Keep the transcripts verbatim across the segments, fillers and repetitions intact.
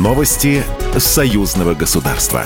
Новости союзного государства.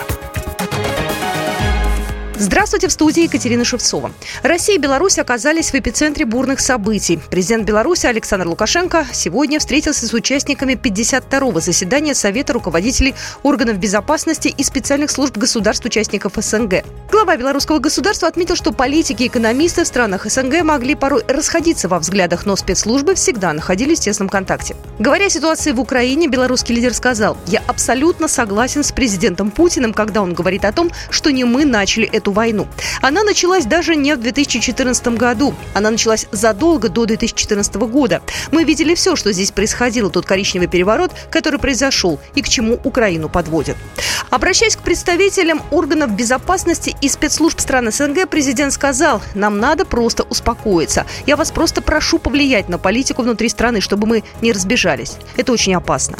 Здравствуйте, в студии Екатерина Шевцова. Россия и Беларусь оказались в эпицентре бурных событий. Президент Беларуси Александр Лукашенко сегодня встретился с участниками пятьдесят второго заседания Совета руководителей органов безопасности и специальных служб государств-участников СНГ. Глава белорусского государства отметил, что политики и экономисты в странах СНГ могли порой расходиться во взглядах, но спецслужбы всегда находились в тесном контакте. Говоря о ситуации в Украине, белорусский лидер сказал: «Я абсолютно согласен с президентом Путиным, когда он говорит о том, что не мы начали эту войну. Она началась даже не в две тысячи четырнадцатом году. Она началась задолго до две тысячи четырнадцатого года. Мы видели все, что здесь происходило, тот коричневый переворот, который произошел и к чему Украину подводят». Обращаясь к представителям органов безопасности и спецслужб стран СНГ, президент сказал: «Нам надо просто успокоиться. Я вас просто прошу повлиять на политику внутри страны, чтобы мы не разбежались. Это очень опасно».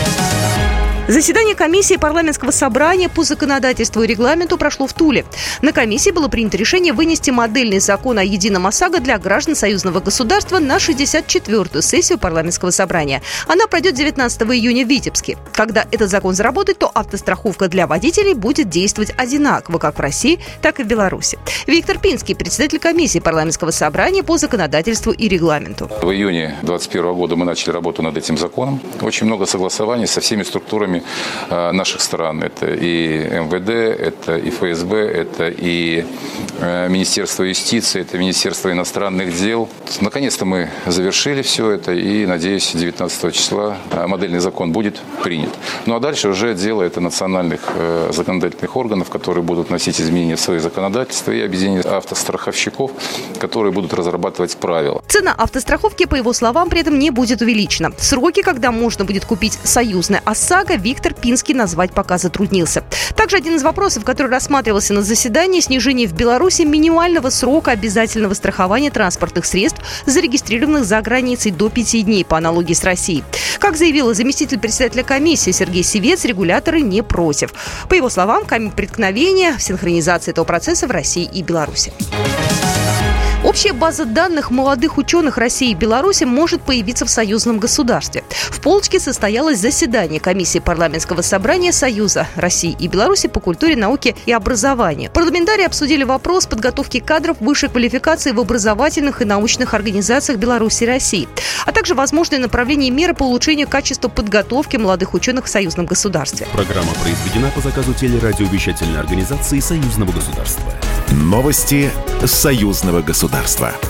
Заседание комиссии парламентского собрания по законодательству и регламенту прошло в Туле. На комиссии было принято решение вынести модельный закон о едином ОСАГО для граждан союзного государства на шестьдесят четвёртую сессию парламентского собрания. Она пройдет девятнадцатого июня в Витебске. Когда этот закон заработает, то автостраховка для водителей будет действовать одинаково как в России, так и в Беларуси. Виктор Пинский, председатель комиссии парламентского собрания по законодательству и регламенту. В июне две тысячи двадцать первого года мы начали работу над этим законом. Очень много согласований со всеми структурами наших стран. Это и эм вэ дэ, это и эф эс бэ, это и Министерство юстиции, это Министерство иностранных дел. Наконец-то мы завершили все это и, надеюсь, девятнадцатого числа модельный закон будет принят. Ну а дальше уже дело это национальных законодательных органов, которые будут вносить изменения в свои законодательства, и объединение автостраховщиков, которые будут разрабатывать правила. Цена автостраховки, по его словам, при этом не будет увеличена. Сроки, когда можно будет купить союзное ОСАГО, Виктор Пинский назвать пока затруднился. Также один из вопросов, который рассматривался на заседании, снижение в Беларуси минимального срока обязательного страхования транспортных средств, зарегистрированных за границей, до пяти дней по аналогии с Россией. Как заявила заместитель председателя комиссии Сергей Сивец, регуляторы не против. По его словам, камень преткновения в синхронизации этого процесса в России и Беларуси. Общая база данных молодых ученых России и Беларуси может появиться в союзном государстве. В Полочке состоялось заседание комиссии парламентского собрания Союза России и Беларуси по культуре, науке и образованию. Парламентарии обсудили вопрос подготовки кадров высшей квалификации в образовательных и научных организациях Беларуси и России, а также возможные направления и меры по улучшению качества подготовки молодых ученых в союзном государстве. Программа произведена по заказу телерадиовещательной организации Союзного государства. Новости союзного государства.